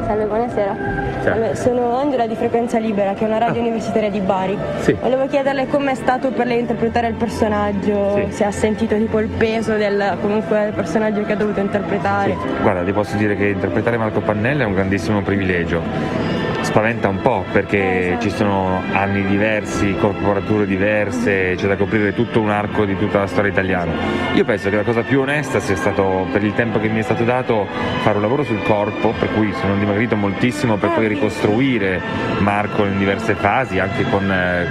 Salve, buonasera. Ciao. Sono Angela di Frequenza Libera, che è una radio universitaria di Bari. Sì. Volevo chiederle com'è stato per lei interpretare il personaggio, Sì. se ha sentito tipo il peso del personaggio che ha dovuto interpretare. Guarda, ti posso dire che interpretare Marco Pannella è un grandissimo privilegio. Spaventa un po' perché Esatto. ci sono anni diversi, corporature diverse, c'è da coprire tutto un arco di tutta la storia italiana. Io penso che la cosa più onesta sia stato, per il tempo che mi è stato dato, fare un lavoro sul corpo, per cui sono dimagrito moltissimo per poi ricostruire Marco in diverse fasi, anche con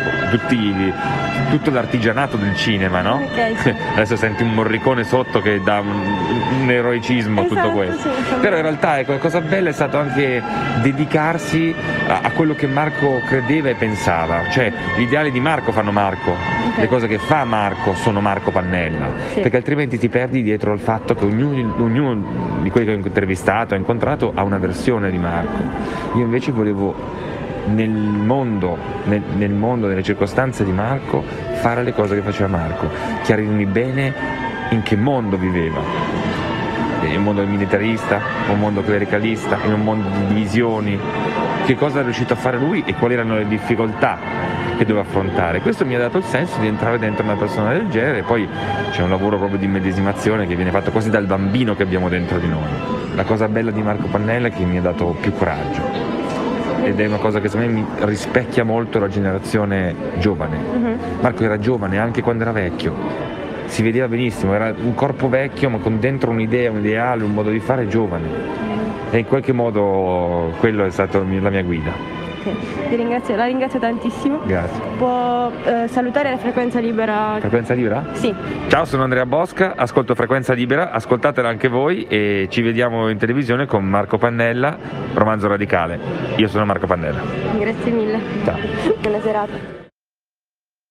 tutto l'artigianato del cinema, no? Ok, sì. Adesso senti un Morricone sotto che dà un eroicismo a tutto Esatto, questo. sì. Però in realtà ecco, la cosa bella è stato anche dedicarsi a quello che Marco credeva e pensava, cioè gli ideali di Marco fanno Marco, le cose che fa Marco sono Marco Pannella, Sì. perché altrimenti ti perdi dietro al fatto che ognuno di quelli che ho intervistato, ho incontrato, ha una versione di Marco. Io invece volevo nel mondo, nelle circostanze di Marco, fare le cose che faceva Marco, chiarirmi bene in che mondo viveva, in un mondo militarista, un mondo clericalista, in un mondo di divisioni, che cosa è riuscito a fare lui e quali erano le difficoltà che doveva affrontare. Questo mi ha dato il senso di entrare dentro una persona del genere, e poi c'è un lavoro proprio di immedesimazione che viene fatto quasi dal bambino che abbiamo dentro di noi. La cosa bella di Marco Pannella è che mi ha dato più coraggio, ed è una cosa che secondo me mi rispecchia molto la generazione giovane. Marco era giovane anche quando era vecchio, si vedeva benissimo, era un corpo vecchio ma con dentro un'idea, un ideale, un modo di fare giovane, e in qualche modo quello è stato la mia guida. La ringrazio tantissimo. Grazie. Può salutare la Frequenza Libera? Frequenza Libera? Sì. Ciao, sono Andrea Bosca, ascolto Frequenza Libera, ascoltatela anche voi e ci vediamo in televisione con Marco Pannella, Romanzo Radicale. Io sono Marco Pannella. Grazie mille. Ciao. Buona serata.